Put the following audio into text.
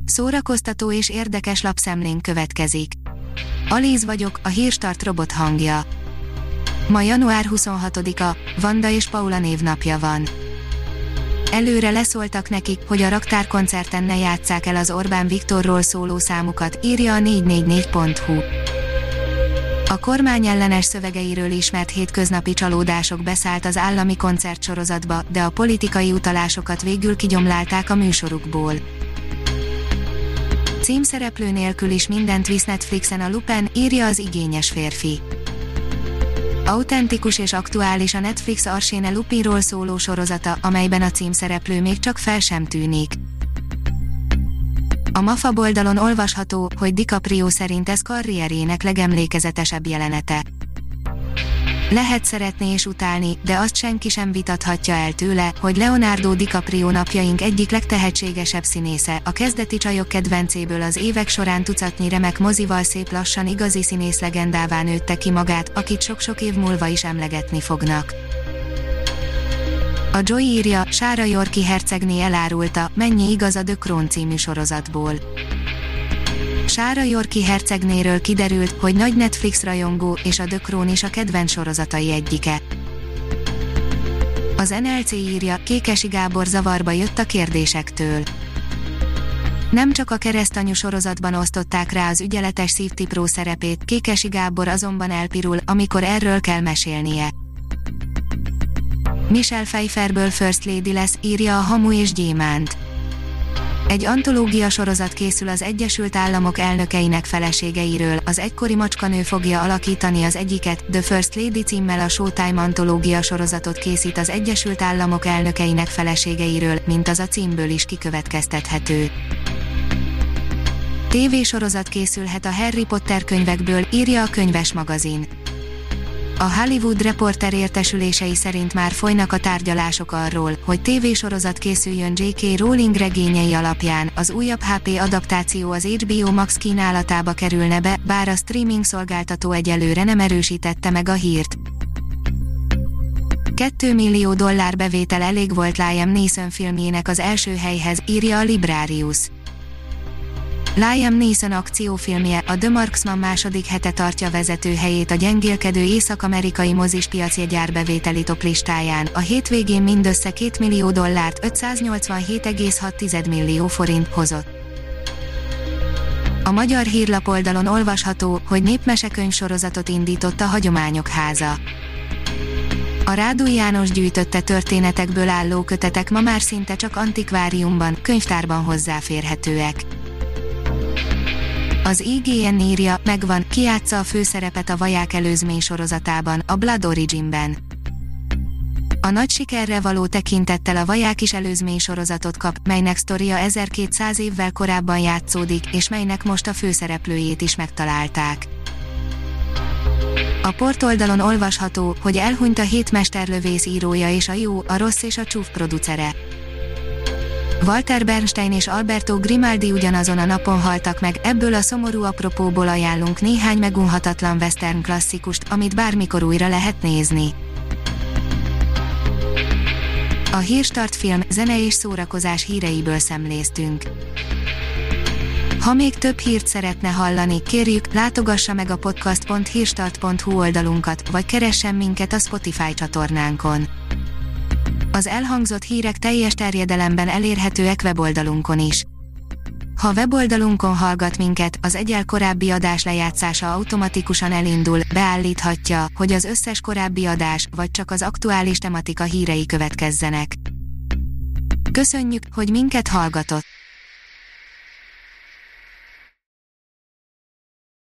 Szórakoztató és érdekes lapszemlénk következik. Alíz vagyok, a Hírstart robot hangja. Ma január 26-a, Vanda és Paula névnapja van. Előre leszóltak nekik, hogy a raktárkoncerten ne játsszák el az Orbán Viktorról szóló számukat, írja a 444.hu. A kormány ellenes szövegeiről ismert hétköznapi csalódások beszállt az állami koncertsorozatba, de a politikai utalásokat végül kigyomlálták a műsorukból. Címszereplő nélkül is mindent visz Netflixen a Lupin, írja az igényes férfi. Autentikus és aktuális a Netflix Arsène Lupinról szóló sorozata, amelyben a címszereplő még csak fel sem tűnik. A MAFA oldalon olvasható, hogy DiCaprio szerint ez karrierjének legemlékezetesebb jelenete. Lehet szeretni és utálni, de azt senki sem vitathatja el tőle, hogy Leonardo DiCaprio napjaink egyik legtehetségesebb színésze, a kezdeti csajok kedvencéből az évek során tucatnyi remek mozival szép lassan igazi színészlegendává nőtte ki magát, akit sok-sok év múlva is emlegetni fognak. A Joy írja, Sára Yorki hercegné elárulta, mennyi igaz a The Crown című sorozatból. Sára Yorki hercegnéről kiderült, hogy nagy Netflix rajongó, és a The Crown is a kedvenc sorozatai egyike. Az NLC írja, Kékesi Gábor zavarba jött a kérdésektől. Nem csak a Keresztanyu sorozatban osztották rá az ügyeletes szívtipró szerepét, Kékesi Gábor azonban elpirul, amikor erről kell mesélnie. Michelle Pfeifferből First Lady lesz, írja a Hamu és Gyémánt. Egy antológia sorozat készül az Egyesült Államok elnökeinek feleségeiről, az egykori macskanő fogja alakítani az egyiket, The First Lady címmel a Showtime antológia sorozatot készít az Egyesült Államok elnökeinek feleségeiről, mint az a címből is kikövetkeztethető. TV-sorozat készülhet a Harry Potter könyvekből, írja a Könyves magazin. A Hollywood Reporter értesülései szerint már folynak a tárgyalások arról, hogy tévésorozat készüljön J.K. Rowling regényei alapján, az újabb HP adaptáció az HBO Max kínálatába kerülne be, bár a streaming szolgáltató egyelőre nem erősítette meg a hírt. $2 millió bevétel elég volt Liam Neeson filmjének az első helyhez, írja a Librarius. Liam Neeson akciófilmje, a The Marksman második hete tartja vezető helyét a gyengélkedő észak-amerikai mozispiaci árbevételi toplistáján, a hétvégén mindössze $2 millió, 587,6 millió forint hozott. A Magyar Hírlap oldalon olvasható, hogy népmesekönyv sorozatot indított a Hagyományok Háza. A Rádúj János gyűjtötte történetekből álló kötetek ma már szinte csak antikváriumban, könyvtárban hozzáférhetőek. Az IGN írja, megvan, ki játsza a főszerepet a Vaják előzmény sorozatában, a Blood Origin-ben. A nagy sikerre való tekintettel a Vaják is előzmény sorozatot kap, melynek sztoria 1200 évvel korábban játszódik, és melynek most a főszereplőjét is megtalálták. A portoldalon olvasható, hogy elhunyt a Hét mesterlövész írója és a Jó, a Rossz és a Csúf producere. Walter Bernstein és Alberto Grimaldi ugyanazon a napon haltak meg, ebből a szomorú apropóból ajánlunk néhány megunhatatlan western klasszikust, amit bármikor újra lehet nézni. A Hírstart film, zene és szórakozás híreiből szemléztünk. Ha még több hírt szeretne hallani, kérjük, látogassa meg a podcast.hírstart.hu oldalunkat, vagy keressen minket a Spotify csatornánkon. Az elhangzott hírek teljes terjedelemben elérhetőek weboldalunkon is. Ha weboldalunkon hallgat minket, az egyel korábbi adás lejátszása automatikusan elindul, beállíthatja, hogy az összes korábbi adás, vagy csak az aktuális tematika hírei következzenek. Köszönjük, hogy minket hallgatott!